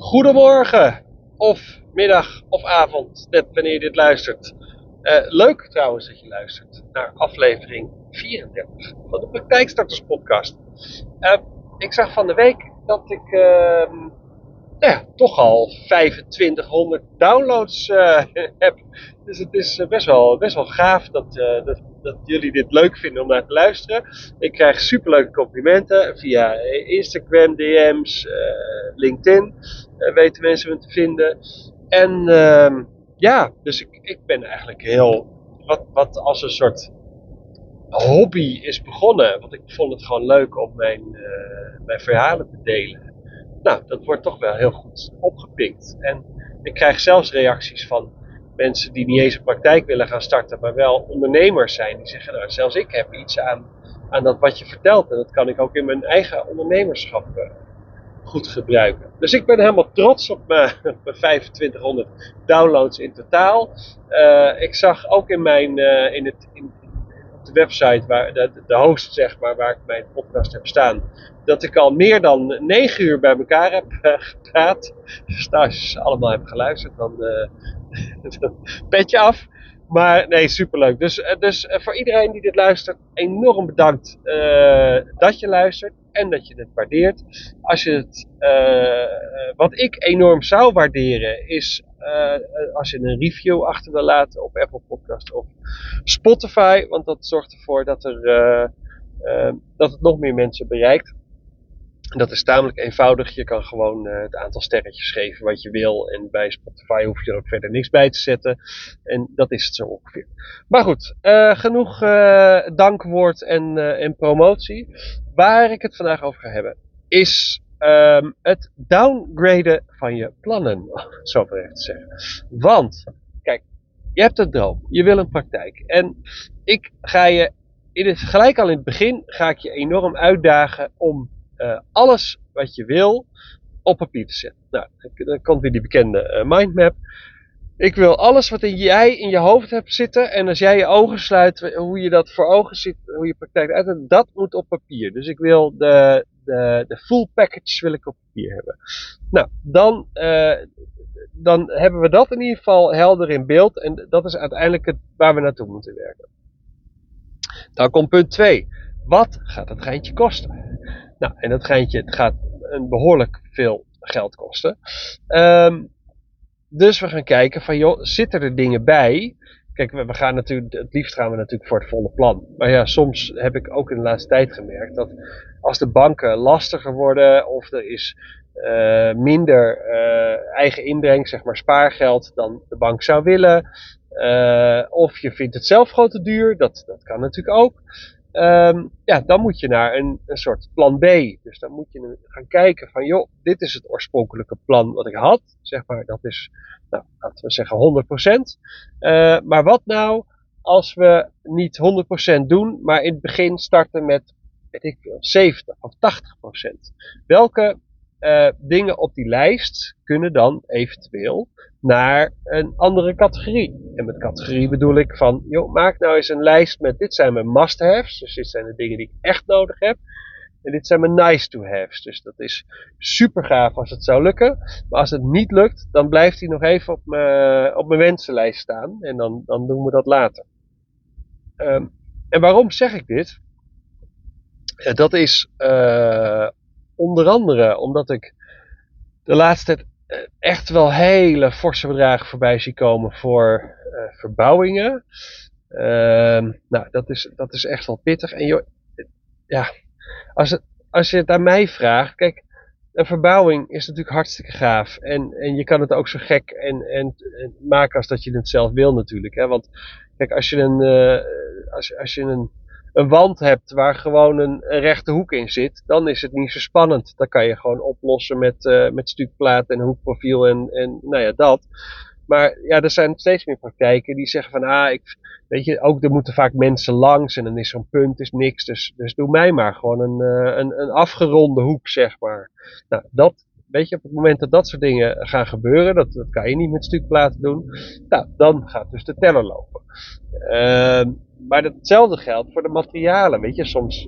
Goedemorgen, of middag, of avond, net wanneer je dit luistert. Leuk trouwens dat je luistert naar aflevering 34 van de Praktijkstarters podcast. Ik zag van de week dat ik toch al 2500 downloads heb. Dus het is best wel gaaf dat jullie dit leuk vinden om naar te luisteren. Ik krijg superleuke complimenten via Instagram, DM's, LinkedIn. Weten mensen me te vinden. En dus ik ben eigenlijk wat als een soort hobby is begonnen. Want ik vond het gewoon leuk om mijn verhalen te delen. Nou, dat wordt toch wel heel goed opgepikt. En ik krijg zelfs reacties van mensen die niet eens een praktijk willen gaan starten, maar wel ondernemers zijn. Die zeggen, nou, zelfs ik heb iets aan dat wat je vertelt. En dat kan ik ook in mijn eigen ondernemerschap goed gebruiken. Dus ik ben helemaal trots op mijn 2500 downloads in totaal. Ik zag ook op de website, waar de host zeg maar, waar ik mijn podcast heb staan, dat ik al meer dan 9 uur bij elkaar heb gepraat. Dus als je ze allemaal hebt geluisterd, dan petje af. Maar nee, superleuk. Dus voor iedereen die dit luistert, enorm bedankt dat je luistert en dat je het waardeert. Wat ik enorm zou waarderen is als je een review achter wil laten op Apple Podcast of Spotify. Want dat zorgt ervoor dat het nog meer mensen bereikt. Dat is tamelijk eenvoudig. Je kan gewoon het aantal sterretjes geven wat je wil. En bij Spotify hoef je er ook verder niks bij te zetten. En dat is het zo ongeveer. Maar goed, genoeg dankwoord en promotie. Waar ik het vandaag over ga hebben is het downgraden van je plannen. Zo maar even te zeggen. Want, kijk, je hebt een droom. Je wil een praktijk. En ik ga je gelijk al in het begin ga ik je enorm uitdagen om alles wat je wil op papier te zetten. Nou, dan komt weer die bekende mindmap. Ik wil alles wat jij in je hoofd hebt zitten, en als jij je ogen sluit, hoe je dat voor ogen ziet, hoe je praktijk uit, dat moet op papier. Dus ik wil de full package wil ik op papier hebben. Nou, dan hebben we dat in ieder geval helder in beeld, en dat is uiteindelijk waar we naartoe moeten werken. Dan komt punt 2. Wat gaat het geintje kosten? Nou, en dat geintje gaat een behoorlijk veel geld kosten. Dus we gaan kijken van, joh, zitten er dingen bij? Kijk, het liefst gaan we natuurlijk voor het volle plan. Maar ja, soms heb ik ook in de laatste tijd gemerkt dat als de banken lastiger worden of er is minder eigen inbreng, zeg maar spaargeld, dan de bank zou willen. Of je vindt het zelf gewoon te duur, dat kan natuurlijk ook. Dan moet je naar een soort plan B. Dus dan moet je gaan kijken van, joh, dit is het oorspronkelijke plan wat ik had. Zeg maar, dat is, nou, laten we zeggen 100%. Maar wat nou als we niet 100% doen, maar in het begin starten met, weet ik veel, 70 of 80%. Welke dingen op die lijst kunnen dan eventueel naar een andere categorie? En met categorie bedoel ik van, joh, maak nou eens een lijst met, dit zijn mijn must-haves, dus dit zijn de dingen die ik echt nodig heb. En dit zijn mijn nice-to-haves, dus dat is super gaaf als het zou lukken. Maar als het niet lukt, dan blijft hij nog even op mijn wensenlijst staan. En dan doen we dat later. En waarom zeg ik dit? Dat is onder andere omdat ik de laatste tijd echt wel hele forse bedragen voorbij zie komen voor verbouwingen. Nou, dat is echt wel pittig. En joh, ja, als je het aan mij vraagt, kijk, een verbouwing is natuurlijk hartstikke gaaf. En je kan het ook zo gek en maken als dat je het zelf wil natuurlijk. Hè? Want kijk, als je een wand hebt waar gewoon een rechte hoek in zit, dan is het niet zo spannend. Dan kan je gewoon oplossen met stukplaat en hoekprofiel en nou ja, dat. Maar ja, er zijn steeds meer praktijken die zeggen van, weet je, ook er moeten vaak mensen langs en dan is zo'n punt is niks. Dus doe mij maar gewoon een afgeronde hoek, zeg maar. Nou, weet je, op het moment dat soort dingen gaan gebeuren, dat kan je niet met stukplaten doen, nou, dan gaat dus de teller lopen. Maar hetzelfde geldt voor de materialen, weet je. Soms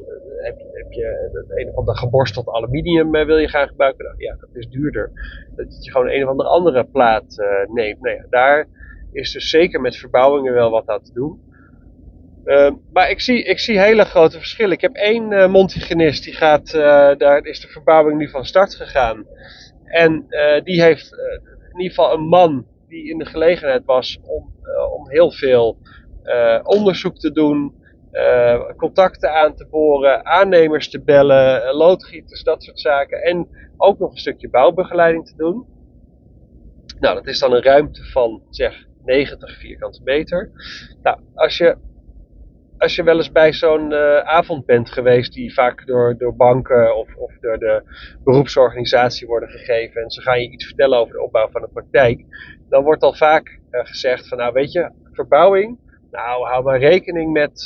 heb je het een of ander geborsteld aluminium wil je gaan gebruiken. Nou, ja, dat is duurder. Dat je gewoon een of andere plaat neemt. Nou ja, daar is dus zeker met verbouwingen wel wat aan te doen. Maar ik zie hele grote verschillen. Ik heb één mondhygiënist, daar is de verbouwing nu van start gegaan. En die heeft in ieder geval een man die in de gelegenheid was om heel veel onderzoek te doen, contacten aan te boren, aannemers te bellen, loodgieters, dat soort zaken. En ook nog een stukje bouwbegeleiding te doen. Nou, dat is dan een ruimte van zeg 90 vierkante meter. Nou, als je wel eens bij zo'n avond bent geweest die vaak door banken of door de beroepsorganisatie worden gegeven en ze gaan je iets vertellen over de opbouw van de praktijk, dan wordt al vaak gezegd van nou weet je, verbouwing, nou hou maar rekening met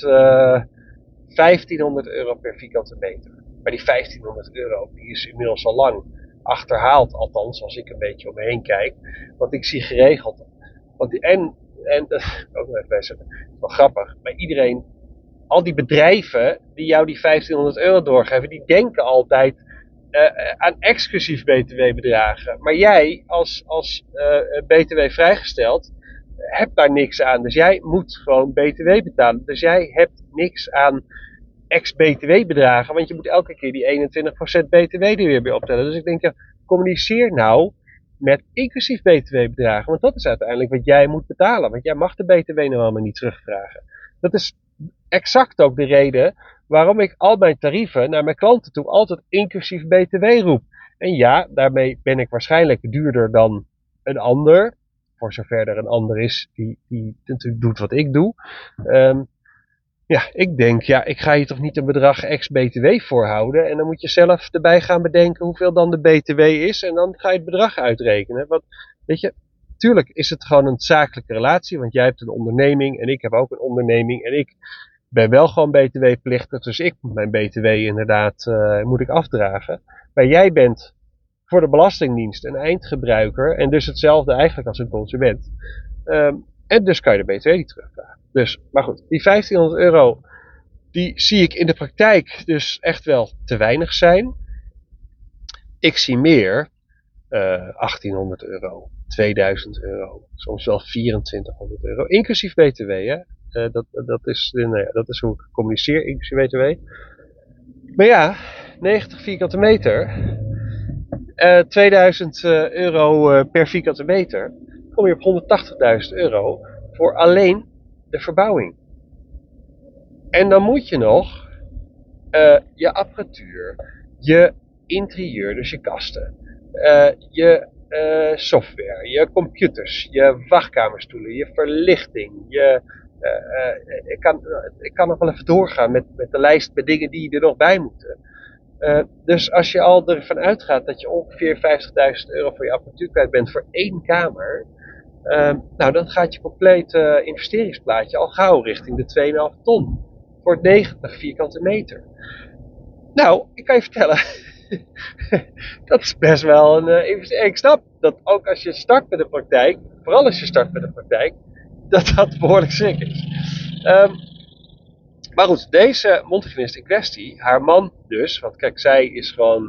€1500 per vierkante meter. Maar die €1500 die is inmiddels al lang achterhaald, althans als ik een beetje om me heen kijk, want ik zie geregeld. En ook nog even bijzetten, dat is wel grappig, maar al die bedrijven die jou die €1500 doorgeven, die denken altijd aan exclusief btw-bedragen. Maar jij als btw vrijgesteld hebt daar niks aan. Dus jij moet gewoon btw betalen. Dus jij hebt niks aan ex-btw-bedragen, want je moet elke keer die 21% btw er weer bij optellen. Dus ik denk, ja, communiceer nou met inclusief btw-bedragen, want dat is uiteindelijk wat jij moet betalen. Want jij mag de btw nou helemaal niet terugvragen. Dat is exact ook de reden waarom ik al mijn tarieven naar mijn klanten toe altijd inclusief btw roep. En ja, daarmee ben ik waarschijnlijk duurder dan een ander, voor zover er een ander is die natuurlijk doet wat ik doe. Ja, ik denk, ja, ik ga je toch niet een bedrag ex-btw voorhouden en dan moet je zelf erbij gaan bedenken hoeveel dan de btw is en dan ga je het bedrag uitrekenen. Want, weet je, tuurlijk is het gewoon een zakelijke relatie, want jij hebt een onderneming en ik heb ook een onderneming en ik ben wel gewoon btw-plichtig, dus ik moet mijn btw inderdaad moet ik afdragen. Maar jij bent voor de Belastingdienst een eindgebruiker en dus hetzelfde eigenlijk als een consument. En dus kan je de btw niet terugvragen. Dus, maar goed, die €1500, die zie ik in de praktijk dus echt wel te weinig zijn. Ik zie meer €1800, €2000, soms wel €2400, inclusief btw, hè. Dat is hoe ik communiceer, inclusief btw. Maar ja, 90 vierkante meter, €2000 per vierkante meter, kom je op €180.000 voor alleen de verbouwing. En dan moet je nog je apparatuur, je interieur, dus je kasten, je software, je computers, je wachtkamerstoelen, je verlichting, ik kan nog wel even doorgaan met de lijst met dingen die er nog bij moeten. Dus als je al ervan uitgaat dat je ongeveer €50.000 voor je apparatuur kwijt bent voor één kamer, nou dan gaat je complete investeringsplaatje al gauw richting de 2,5 ton voor 90 vierkante meter. Nou, ik kan je vertellen, dat is best wel een investering. Ik snap dat ook als je start met de praktijk, vooral als je start met de praktijk, dat behoorlijk schrik is. Maar goed, deze mondhygiënist in kwestie, haar man dus, want kijk, zij is gewoon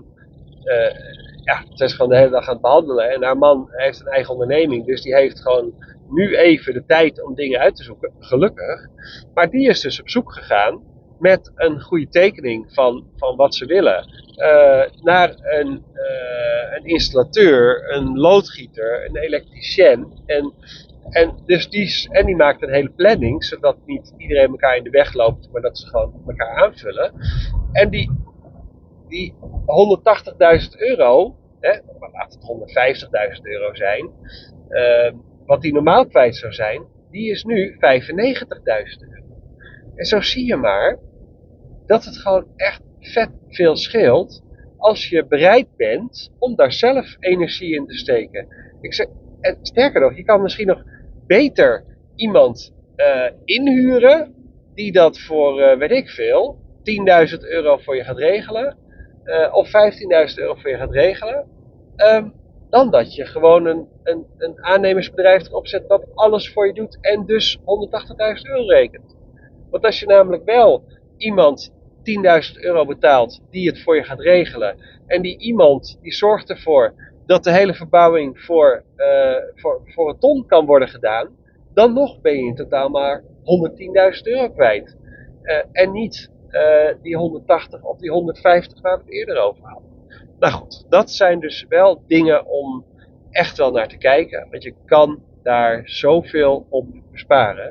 de hele dag aan het behandelen en haar man heeft een eigen onderneming, dus die heeft gewoon nu even de tijd om dingen uit te zoeken, gelukkig. Maar die is dus op zoek gegaan met een goede tekening van wat ze willen naar een installateur, een loodgieter, een elektricien en die maakt een hele planning, zodat niet iedereen elkaar in de weg loopt, maar dat ze gewoon elkaar aanvullen. En die €180.000, maar laat het €150.000 zijn, wat die normaal kwijt zou zijn, die is nu €95.000. En zo zie je maar dat het gewoon echt vet veel scheelt als je bereid bent om daar zelf energie in te steken. En sterker nog, je kan misschien nog beter iemand inhuren die dat voor, weet ik veel, €10.000 voor je gaat regelen. Of €15.000 voor je gaat regelen. Dan dat je gewoon een aannemersbedrijf erop zet dat alles voor je doet en dus €180.000 rekent. Want als je namelijk wel iemand €10.000 betaalt die het voor je gaat regelen. En die iemand die zorgt ervoor dat de hele verbouwing voor een ton kan worden gedaan. Dan nog ben je in totaal maar €110.000 kwijt. En niet die 180 of die 150 waar we het eerder over hadden. Nou goed, dat zijn dus wel dingen om echt wel naar te kijken. Want je kan daar zoveel op besparen.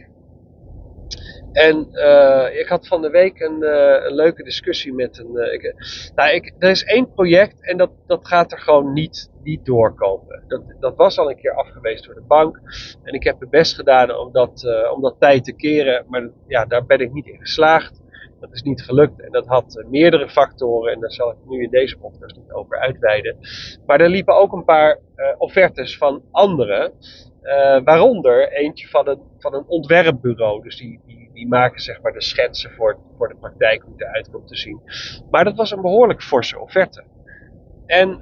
En ik had van de week een leuke discussie met er is één project en dat gaat er gewoon niet doorkomen. Dat was al een keer afgewezen door de bank. En ik heb mijn best gedaan om dat tijd te keren. Maar ja, daar ben ik niet in geslaagd. Dat is niet gelukt en dat had meerdere factoren. En daar zal ik nu in deze podcast niet over uitweiden. Maar er liepen ook een paar offertes van anderen. Waaronder eentje van een ontwerpbureau. Dus die maken zeg maar de schetsen voor de praktijk hoe het eruit komt te zien. Maar dat was een behoorlijk forse offerte. En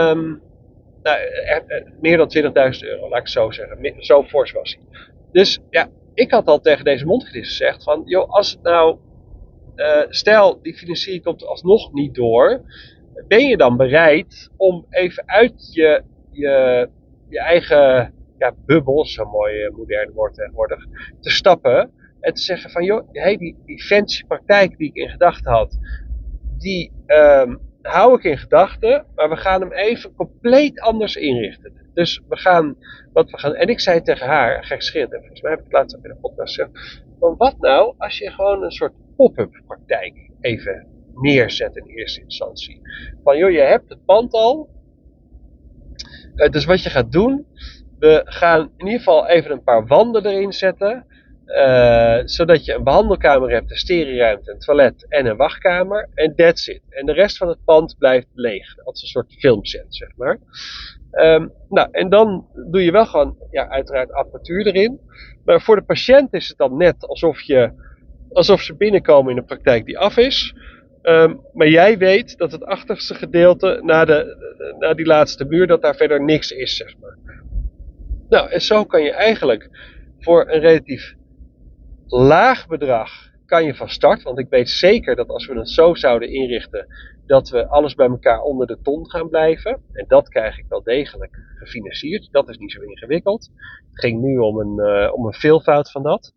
meer dan €20.000, laat ik het zo zeggen. Zo fors was hij. Dus ja, ik had al tegen deze mondgedis gezegd van, joh, als het nou, stel die financiering komt er alsnog niet door, ben je dan bereid om even uit je eigen bubbel, zo'n mooi modern woord tegenwoordig, te stappen en te zeggen van, joh, hey, die fancy praktijk die ik in gedachten had, die hou ik in gedachten, maar we gaan hem even compleet anders inrichten. Dus en ik zei tegen haar, gekscherend, en volgens mij heb ik het laatst ook in de podcast gezegd, van wat nou als je gewoon een soort pop-up praktijk even neerzet in eerste instantie. Van joh, je hebt het pand al, dus wat je gaat doen, we gaan in ieder geval even een paar wanden erin zetten. Zodat je een behandelkamer hebt, een stereoruimte, een toilet en een wachtkamer. En that's it. En de rest van het pand blijft leeg. Als een soort filmset, zeg maar. En dan doe je wel gewoon, uiteraard apparatuur erin. Maar voor de patiënt is het dan net alsof ze binnenkomen in een praktijk die af is. Maar jij weet dat het achterste gedeelte, na die laatste muur, dat daar verder niks is, zeg maar. Nou, en zo kan je eigenlijk voor een relatief laag bedrag kan je van start. Want ik weet zeker dat als we het zo zouden inrichten, dat we alles bij elkaar onder de ton gaan blijven. En dat krijg ik wel degelijk gefinancierd. Dat is niet zo ingewikkeld. Het ging nu om een veelvoud van dat.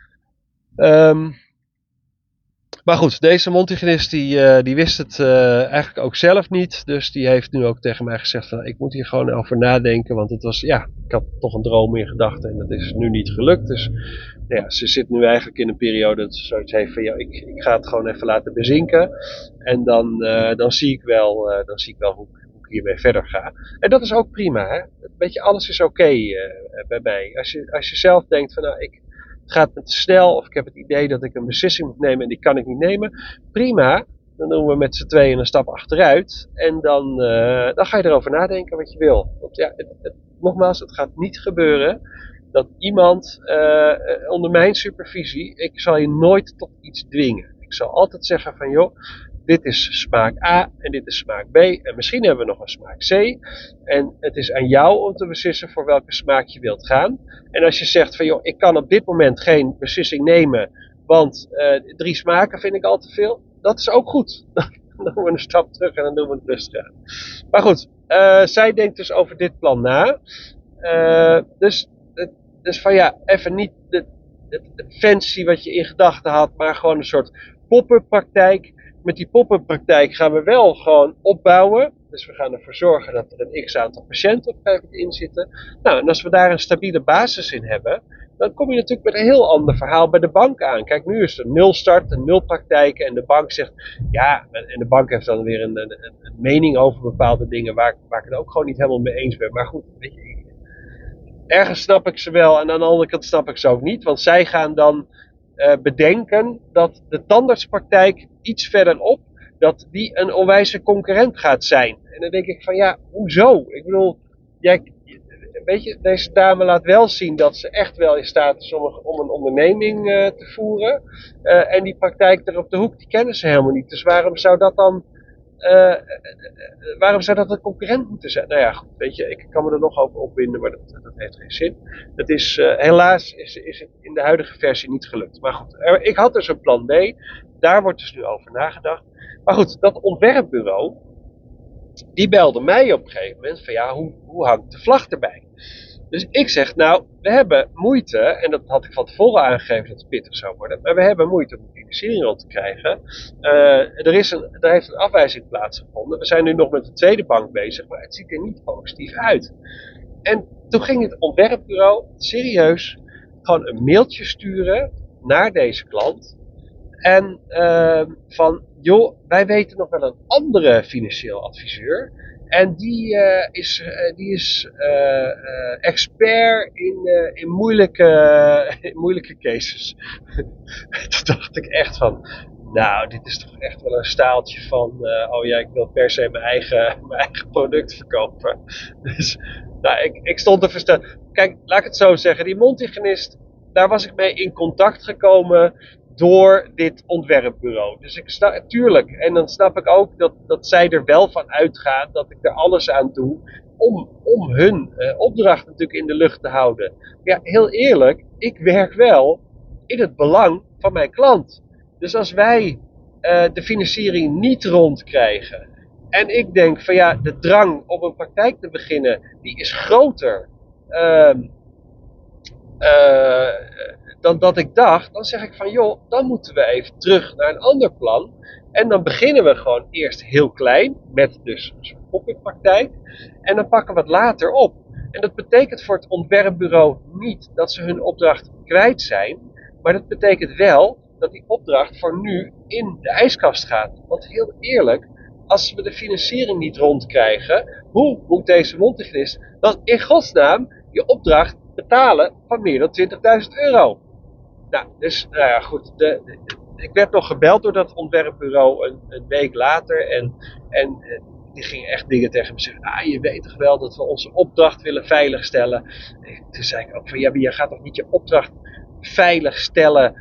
Maar goed, deze mondhygiënist die wist het eigenlijk ook zelf niet. Dus die heeft nu ook tegen mij gezegd van, ik moet hier gewoon over nadenken. Want het was, ik had toch een droom in gedachten en dat is nu niet gelukt. Dus ze zit nu eigenlijk in een periode dat ze zoiets heeft van, ik ga het gewoon even laten bezinken. En dan zie ik wel hoe ik hiermee verder ga. En dat is ook prima, hè. Weet je, alles is oké bij mij. Als je zelf denkt van, het gaat me te snel of ik heb het idee dat ik een beslissing moet nemen en die kan ik niet nemen. Prima, dan doen we met z'n tweeën een stap achteruit en dan ga je erover nadenken wat je wil. Want nogmaals, het gaat niet gebeuren dat iemand onder mijn supervisie, ik zal je nooit tot iets dwingen. Ik zal altijd zeggen van joh, dit is smaak A en dit is smaak B en misschien hebben we nog een smaak C. En het is aan jou om te beslissen voor welke smaak je wilt gaan. En als je zegt van joh, ik kan op dit moment geen beslissing nemen, want 3 smaken vind ik al te veel. Dat is ook goed. Dan doen we een stap terug en dan doen we het rustig aan. Maar goed, zij denkt dus over dit plan na. Dus van even niet het fancy wat je in gedachten had, maar gewoon een soort pop-up praktijk. Met die pop-up praktijk gaan we wel gewoon opbouwen. Dus we gaan ervoor zorgen dat er een x-aantal patiënten op in zitten. Nou, en als we daar een stabiele basis in hebben, dan kom je natuurlijk met een heel ander verhaal bij de bank aan. Kijk, nu is er 0 start en 0 praktijken en de bank zegt, en de bank heeft dan weer een mening over bepaalde dingen waar ik het ook gewoon niet helemaal mee eens ben. Maar goed, weet je, ergens snap ik ze wel en aan de andere kant snap ik ze ook niet. Want zij gaan dan bedenken dat de tandartspraktijk iets verderop, dat die een onwijze concurrent gaat zijn. En dan denk ik van hoezo? Ik bedoel, weet je, deze dame laat wel zien dat ze echt wel in staat is om een onderneming te voeren. En die praktijk er op de hoek, die kennen ze helemaal niet. Dus waarom zou dat dan waarom zou dat een concurrent moeten zijn? Nou ja, goed, weet je, ik kan me er nog over opwinden, maar dat heeft geen zin. Het is, helaas is het in de huidige versie niet gelukt. Maar goed, ik had dus een plan B. Daar wordt dus nu over nagedacht. Maar goed, dat ontwerpbureau, die belde mij op een gegeven moment van ja, hoe hangt de vlag erbij? Dus ik zeg, nou, we hebben moeite, en dat had ik van tevoren aangegeven dat het pittig zou worden, maar we hebben moeite om de financiering rond te krijgen. Er heeft een afwijzing plaatsgevonden. We zijn nu nog met de tweede bank bezig, maar het ziet er niet positief uit. En toen ging het ontwerpbureau serieus gewoon een mailtje sturen naar deze klant. En van, joh, wij weten nog wel een andere financieel adviseur. En die is expert in moeilijke cases. Toen dacht ik echt van, nou, dit is toch echt wel een staaltje van, oh ja, ik wil per se mijn eigen product verkopen. Dus, nou, ik stond te verstaan. Kijk, laat ik het zo zeggen, die mondhygiënist, daar was ik mee in contact gekomen door dit ontwerpbureau. Dus tuurlijk, en dan snap ik ook dat zij er wel van uitgaan dat ik er alles aan doe om hun opdracht natuurlijk in de lucht te houden. Ja, heel eerlijk, ik werk wel in het belang van mijn klant. Dus als wij de financiering niet rondkrijgen en ik denk van ja, de drang om een praktijk te beginnen, die is groter dan dat ik dacht, dan zeg ik van joh, dan moeten we even terug naar een ander plan. En dan beginnen we gewoon eerst heel klein, met dus een soort pop-up praktijk. En dan pakken we het later op. En dat betekent voor het ontwerpbureau niet dat ze hun opdracht kwijt zijn. Maar dat betekent wel dat die opdracht voor nu in de ijskast gaat. Want heel eerlijk, als we de financiering niet rondkrijgen, hoe moet deze mondhygiënist dan in godsnaam je opdracht betalen van meer dan €20.000? Nou, dus, nou ja, goed. Ik werd nog gebeld door dat ontwerpbureau een week later. En die gingen echt dingen tegen me zeggen. Ah, je weet toch wel dat we onze opdracht willen veiligstellen. En toen zei ik ook van, ja, maar je gaat toch niet je opdracht veiligstellen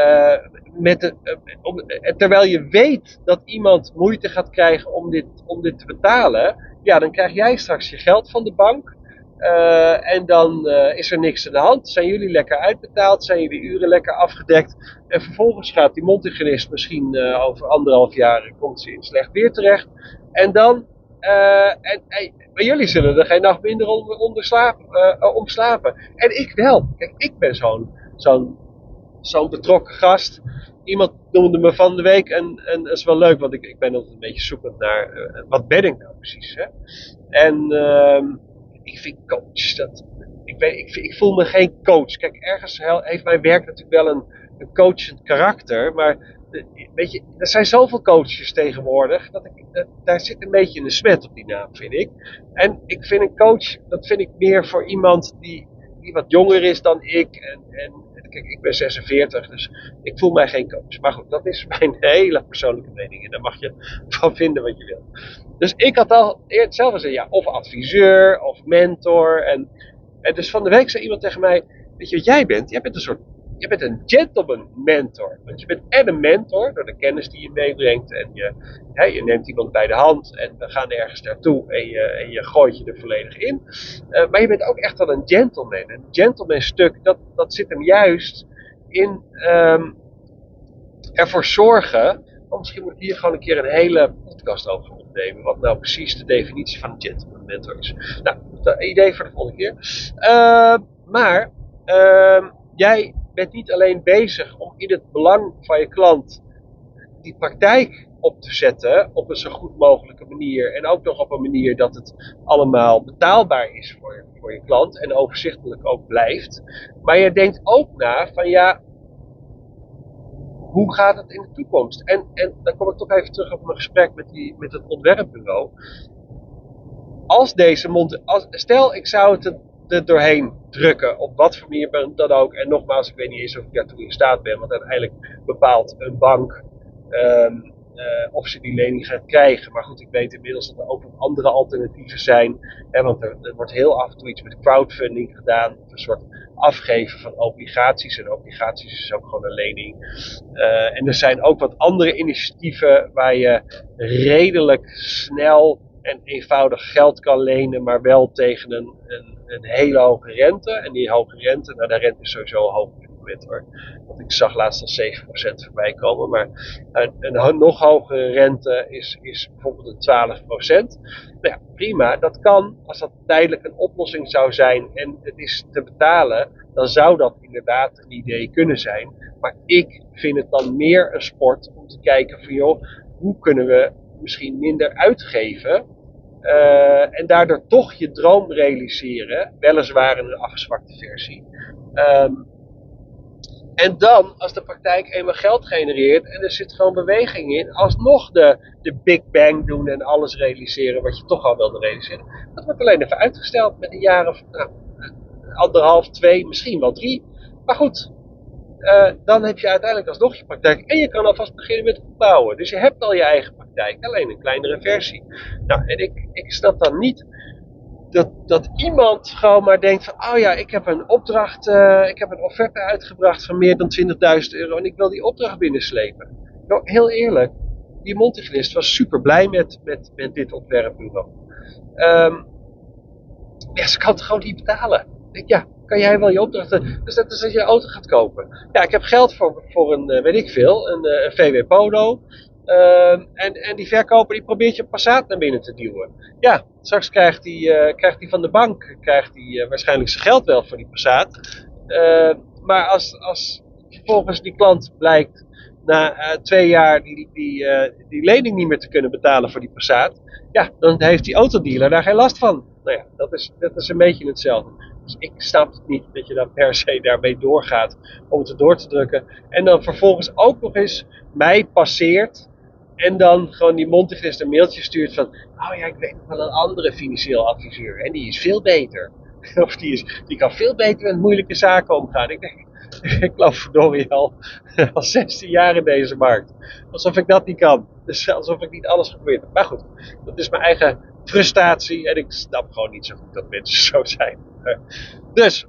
terwijl je weet dat iemand moeite gaat krijgen om dit te betalen. Ja, dan krijg jij straks je geld van de bank. En dan is er niks aan de hand. Zijn jullie lekker uitbetaald? Zijn jullie uren lekker afgedekt? En vervolgens gaat die mondhygiënist misschien over 1,5 jaar komt ze in slecht weer terecht. En dan, maar jullie zullen er geen nacht minder om slapen. En ik wel. Kijk, ik ben zo'n betrokken gast. Iemand noemde me van de week en dat is wel leuk, want ik ben altijd een beetje zoekend naar wat ben ik nou precies. Hè? En ik vind coach, ik voel me geen coach. Kijk, ergens heeft mijn werk natuurlijk wel een coachend karakter, maar weet je, er zijn zoveel coaches tegenwoordig, daar zit een beetje een smet op die naam, vind ik. En ik vind een coach, dat vind ik meer voor iemand die wat jonger is dan ik. Kijk, ik ben 46, dus ik voel mij geen coach. Maar goed, dat is mijn hele persoonlijke mening. En daar mag je van vinden wat je wil. Dus ik had al zelf gezegd, ja, of adviseur, of mentor. En dus van de week zei iemand tegen mij, weet je wat jij bent? Jij bent een gentleman mentor. Want je bent en een mentor, door de kennis die je meebrengt. En je neemt iemand bij de hand en we gaan ergens naartoe en je gooit je er volledig in. Maar je bent ook echt wel een gentleman. Een gentleman stuk, dat zit hem juist in ervoor zorgen. Misschien moet ik hier gewoon een keer een hele podcast over opnemen. Wat nou precies de definitie van een gentleman mentor is. Nou, dat idee voor de volgende keer. Maar jij bent niet alleen bezig om in het belang van je klant die praktijk op te zetten op een zo goed mogelijke manier. En ook nog op een manier dat het allemaal betaalbaar is voor je klant. En overzichtelijk ook blijft. Maar je denkt ook na van ja, hoe gaat het in de toekomst? En dan kom ik toch even terug op mijn gesprek met het ontwerpbureau. Stel ik zou het er doorheen drukken, op wat voor manier dan ook. En nogmaals, ik weet niet eens of ik daartoe in staat ben, want uiteindelijk bepaalt een bank of ze die lening gaat krijgen. Maar goed, ik weet inmiddels dat er ook nog andere alternatieven zijn. Want er wordt heel af en toe iets met crowdfunding gedaan. Of een soort afgeven van obligaties. En obligaties is ook gewoon een lening. En er zijn ook wat andere initiatieven waar je redelijk snel en eenvoudig geld kan lenen, maar wel tegen een hele hoge rente. En die hoge rente, nou de rente is sowieso hoog op dit moment hoor. Want ik zag laatst al 7% voorbij komen. Maar een nog hogere rente is bijvoorbeeld een 12%. Nou ja, prima. Dat kan, als dat tijdelijk een oplossing zou zijn en het is te betalen, dan zou dat inderdaad een idee kunnen zijn. Maar ik vind het dan meer een sport om te kijken van joh, hoe kunnen we misschien minder uitgeven en daardoor toch je droom realiseren, weliswaar in een afgezwakte versie. En dan, als de praktijk eenmaal geld genereert en er zit gewoon beweging in, alsnog de Big Bang doen en alles realiseren wat je toch al wilde realiseren. Dat wordt alleen even uitgesteld met een jaar of anderhalf, 2, misschien wel 3. Maar goed, dan heb je uiteindelijk alsnog je praktijk. En je kan alvast beginnen met opbouwen. Dus je hebt al je eigen praktijk, alleen een kleinere versie. Nou, en ik snap dan niet dat iemand gewoon maar denkt van, oh ja, ik heb een opdracht, ik heb een offerte uitgebracht van meer dan €20.000 en ik wil die opdracht binnenslepen. Nou, heel eerlijk, die Montiglist was super blij met dit ontwerpbureau. Ja, ze kan het gewoon niet betalen. Ja, kan jij wel je opdrachten. Dus dat is dat je een auto gaat kopen. Ja, ik heb geld voor een, weet ik veel, een VW Polo. En die verkoper die probeert je een Passat naar binnen te duwen. Ja, straks krijgt hij van de bank waarschijnlijk zijn geld wel voor die Passat. Maar als vervolgens die klant blijkt na 2 jaar die lening niet meer te kunnen betalen voor die Passat, ja, dan heeft die autodealer daar geen last van. Nou ja, dat is een beetje hetzelfde. Dus ik snap het niet dat je dan per se daarmee doorgaat om het door te drukken. En dan vervolgens ook nog eens mij passeert en dan gewoon die Montiglist een mailtje stuurt van, oh ja, ik weet nog wel een andere financieel adviseur en die is veel beter. Of die kan veel beter met moeilijke zaken omgaan. Ik denk, ik loop verdorie al 16 jaar in deze markt. Alsof ik dat niet kan. Dus alsof ik niet alles geprobeerd heb. Maar goed, dat is mijn eigen frustratie. En ik snap gewoon niet zo goed dat mensen zo zijn. Dus,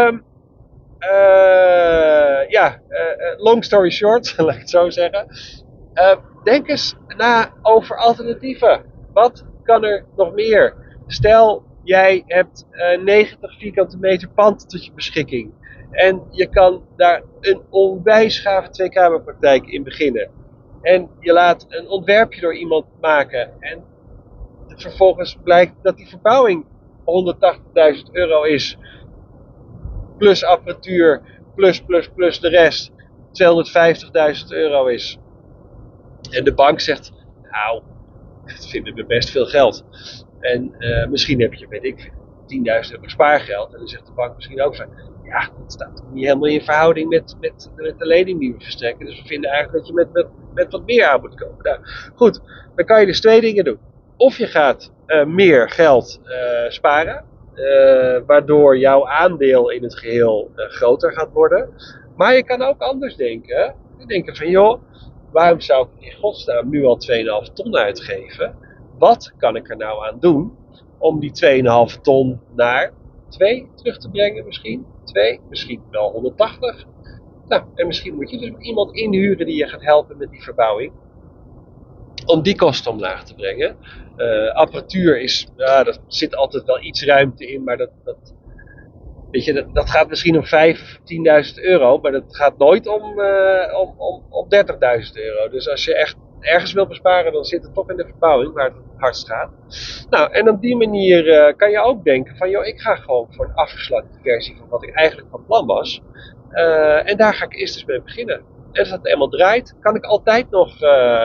long story short, laat ik het zo zeggen. Denk eens na over alternatieven. Wat kan er nog meer? Stel, jij hebt 90 vierkante meter pand tot je beschikking. En je kan daar een onwijs gave tweekamerpraktijk in beginnen. En je laat een ontwerpje door iemand maken. En vervolgens blijkt dat die verbouwing €180.000 is. Plus apparatuur, plus de rest €250.000 is. En de bank zegt, nou, dat vinden we best veel geld. En misschien heb je, weet ik, €10.000 spaargeld. En dan zegt de bank misschien ook van, ja, dat staat niet helemaal in verhouding met de lening die we verstrekken. Dus we vinden eigenlijk dat je met wat meer aan moet komen. Nou, goed, dan kan je dus 2 dingen doen. Of je gaat meer geld sparen, waardoor jouw aandeel in het geheel groter gaat worden. Maar je kan ook anders denken. Je denkt van, joh, waarom zou ik in godsnaam nu al 2,5 ton uitgeven? Wat kan ik er nou aan doen om die 2,5 ton naar 2 terug te brengen misschien? 2, misschien wel 180. Nou, en misschien moet je dus iemand inhuren die je gaat helpen met die verbouwing. Om die kosten omlaag te brengen. Apparatuur is, ja, er zit altijd wel iets ruimte in, maar weet je, dat gaat misschien om €5.000 of €10.000, maar dat gaat nooit om €30.000. Dus als je echt ergens wil besparen, dan zit het toch in de verbouwing waar het hardst gaat. Nou, en op die manier kan je ook denken van, joh, ik ga gewoon voor een afgeslankte versie van wat ik eigenlijk van plan was. En daar ga ik eerst eens mee beginnen. En als dat eenmaal draait, kan ik altijd nog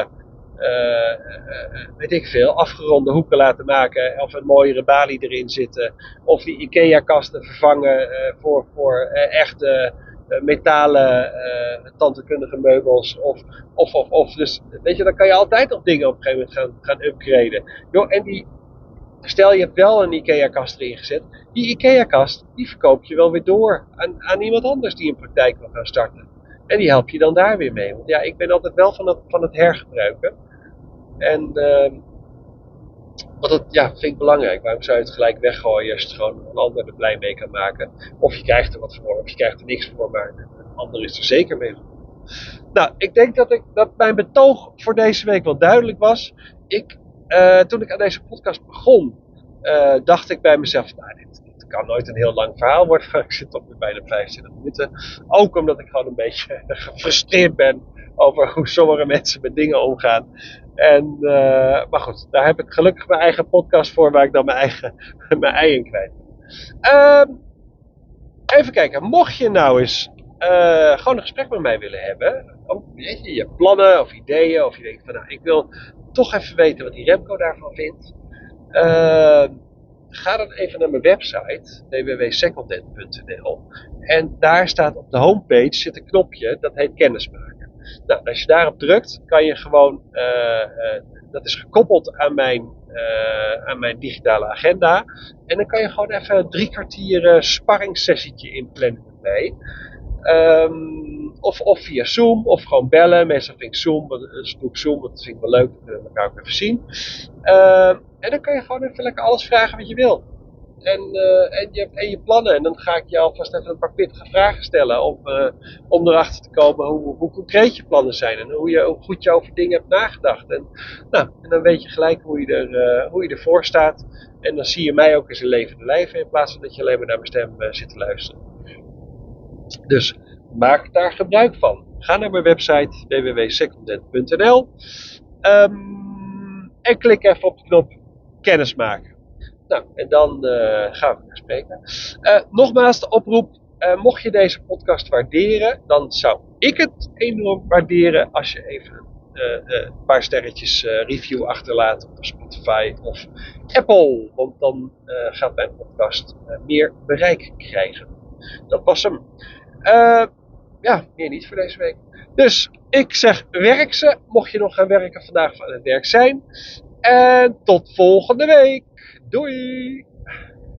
weet ik veel, afgeronde hoeken laten maken of een mooiere balie erin zitten. Of die IKEA-kasten vervangen voor echte metalen tandheelkundige meubels. Of dus, weet je, dan kan je altijd nog dingen op een gegeven moment gaan upgraden. Joh, en stel je hebt wel een IKEA-kast erin gezet. Die IKEA-kast, die verkoop je wel weer door aan iemand anders die een praktijk wil gaan starten. En die help je dan daar weer mee. Want ja, ik ben altijd wel van het hergebruiken. En want dat vind ik belangrijk. Waarom zou je het gelijk weggooien als je het gewoon een ander er blij mee kan maken? Of je krijgt er wat voor, of je krijgt er niks voor, maar een ander is er zeker mee. Nou, ik denk dat mijn betoog voor deze week wel duidelijk was. Toen ik aan deze podcast begon, dacht ik bij mezelf, nou, dit kan nooit een heel lang verhaal worden. Ik zit op bijna 25 minuten. Ook omdat ik gewoon een beetje gefrustreerd ben over hoe sommige mensen met dingen omgaan. Maar goed, daar heb ik gelukkig mijn eigen podcast voor, waar ik dan mijn ei in kwijt ben. Even kijken, mocht je nou eens gewoon een gesprek met mij willen hebben, je hebt plannen of ideeën, of je denkt van nou, ik wil toch even weten wat die Remco daarvan vindt. Ga dan even naar mijn website www.secondhand.nl en daar staat op de homepage zit een knopje dat heet kennismaken. Nou, als je daarop drukt, kan je gewoon, dat is gekoppeld aan mijn digitale agenda. En dan kan je gewoon even 3 kwartier sparringssessietje inplannen met mij. Of via Zoom, of gewoon bellen. Meestal vind ik Zoom, doe ik Zoom, want dat vind ik wel leuk. Dat kunnen we elkaar ook even zien. En dan kan je gewoon even lekker alles vragen wat je wil. En je plannen. En dan ga ik je alvast even een paar pittige vragen stellen. Om erachter te komen hoe concreet je plannen zijn. En hoe goed je over dingen hebt nagedacht. En dan weet je gelijk hoe je ervoor staat. En dan zie je mij ook eens in levende lijven. In plaats van dat je alleen maar naar mijn stem zit te luisteren. Dus maak daar gebruik van. Ga naar mijn website www.secondhand.nl en klik even op de knop kennismaken. Nou, en dan gaan we weer spreken. Nogmaals de oproep. Mocht je deze podcast waarderen, dan zou ik het enorm waarderen als je even een paar sterretjes review achterlaat op Spotify of Apple. Want dan gaat mijn podcast meer bereik krijgen. Dat was hem. Meer niet voor deze week. Dus ik zeg werk ze, mocht je nog gaan werken vandaag of aan het werk zijn. En tot volgende week. Doei!